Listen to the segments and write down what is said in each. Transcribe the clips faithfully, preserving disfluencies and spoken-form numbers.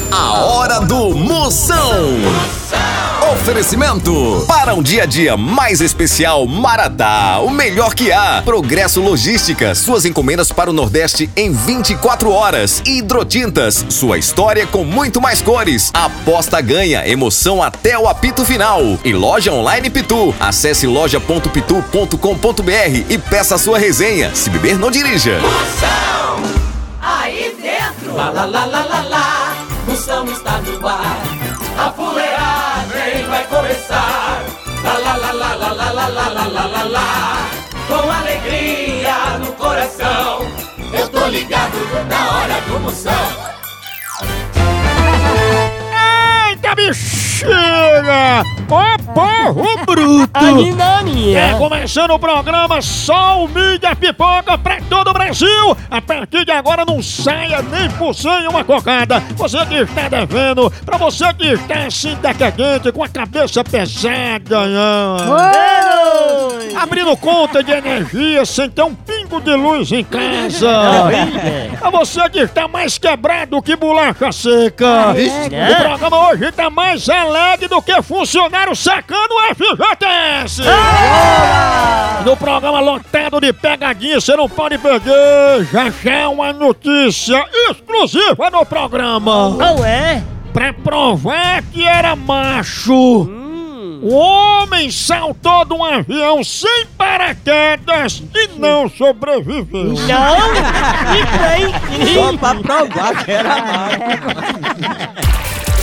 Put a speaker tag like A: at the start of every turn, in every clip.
A: A hora do Moção. Oferecimento para um dia a dia mais especial, Maratá, o melhor que há. Progresso Logística, suas encomendas para o Nordeste em vinte e quatro horas. Hidrotintas, sua história com muito mais cores. Aposta ganha, emoção até o apito final. E loja online Pitu. Acesse loja ponto pitu ponto com ponto br e peça a sua resenha. Se beber, não dirija.
B: Moção, aí dentro. Lá, lá, lá, lá, lá, lá. Moção está no ar. A fuleagem vai começar. Lá, lá, lá, lá, lá, lá, lá, lá, lá, lá, lá, lá. Com alegria no coração. Eu tô ligado na hora do Moção.
C: Eita, bexiga! Ô porro bruto! É começando o programa Só o Mídia Pipoca pra todo o Brasil! A partir de agora não saia nem por cem uma cocada! Você que está devendo, pra você que está assim decadente, com a cabeça pesada, não. Abrindo conta de energia sem ter um pingo de luz em casa! Pra você que está mais quebrado que bolacha seca! O programa hoje tá mais alegre do que funcionário sacando o F G T S! No programa lotado de pegadinha, você não pode perder! Já já uma notícia exclusiva no programa!
D: Não é?
C: Pra provar que era macho! Hum. O homem saltou de um avião sem paraquedas e não sobreviveu!
D: Não! E tem!
E: Só pra provar que era macho!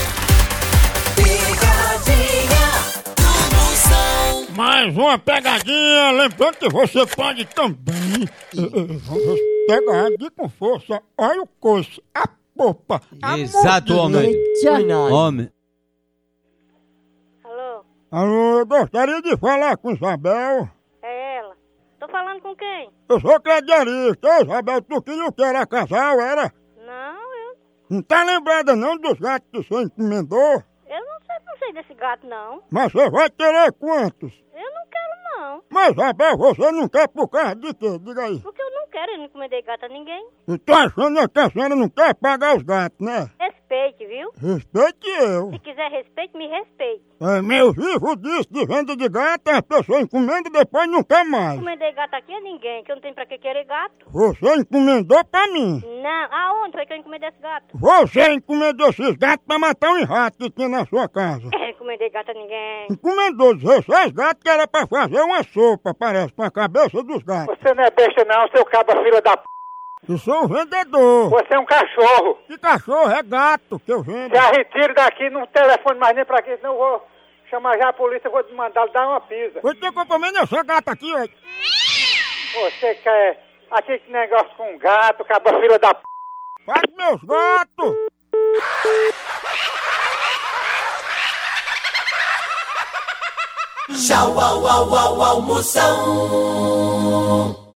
C: Mais uma pegadinha, lembrando que você pode também pegar de com força, olha o coice, a popa, a
E: Exato, homem. Homem.
F: Alô?
C: Alô, eu gostaria de falar com Isabel.
F: É ela. Tô falando com quem?
C: Eu sou crediarista. Ô, Isabel, tu queria que era casal, era?
F: Não, eu...
C: Não tá lembrada não dos gatos que você encomendou?
F: Eu não sei, não sei desse gato, não.
C: Mas você vai querer quantos?
F: Eu não quero, não.
C: Mas, Isabel, você não quer por causa de quê? Diga aí.
F: Porque eu não quero, eu não encomendei gato a ninguém.
C: Eu tô achando que a senhora não quer pagar os gatos, né?
F: Respeite, viu?
C: Respeite eu.
F: Se quiser respeito, me respeite.
C: É, meu vivo disse de venda de gato, a pessoa encomenda e depois não quer mais.
F: Encomendei gato aqui a ninguém, que eu não tenho pra que querer gato.
C: Você encomendou pra mim.
F: Não, aonde foi que eu encomendei esse gato?
C: Você encomendou esses gatos pra matar um rato que tinha na sua casa.
F: Eu encomendei gato a ninguém.
C: Encomendou dezesseis gatos que era pra fazer uma sopa, parece, com a cabeça dos gatos.
G: Você não é besta não, seu caba filha da p...
C: Eu sou um vendedor.
G: Você é um cachorro.
C: Que cachorro? É gato que eu vendo.
G: Já retire daqui, não telefone mais nem pra aqui, senão eu vou chamar já a polícia, eu vou te mandar dar uma pisa.
C: Você tem compromisso nessa gata aqui, ó.
G: Você quer aqui que negócio com gato, caba filha da p...
C: Faz meus gatos.
B: Tchau, au, au, au, au, Moção.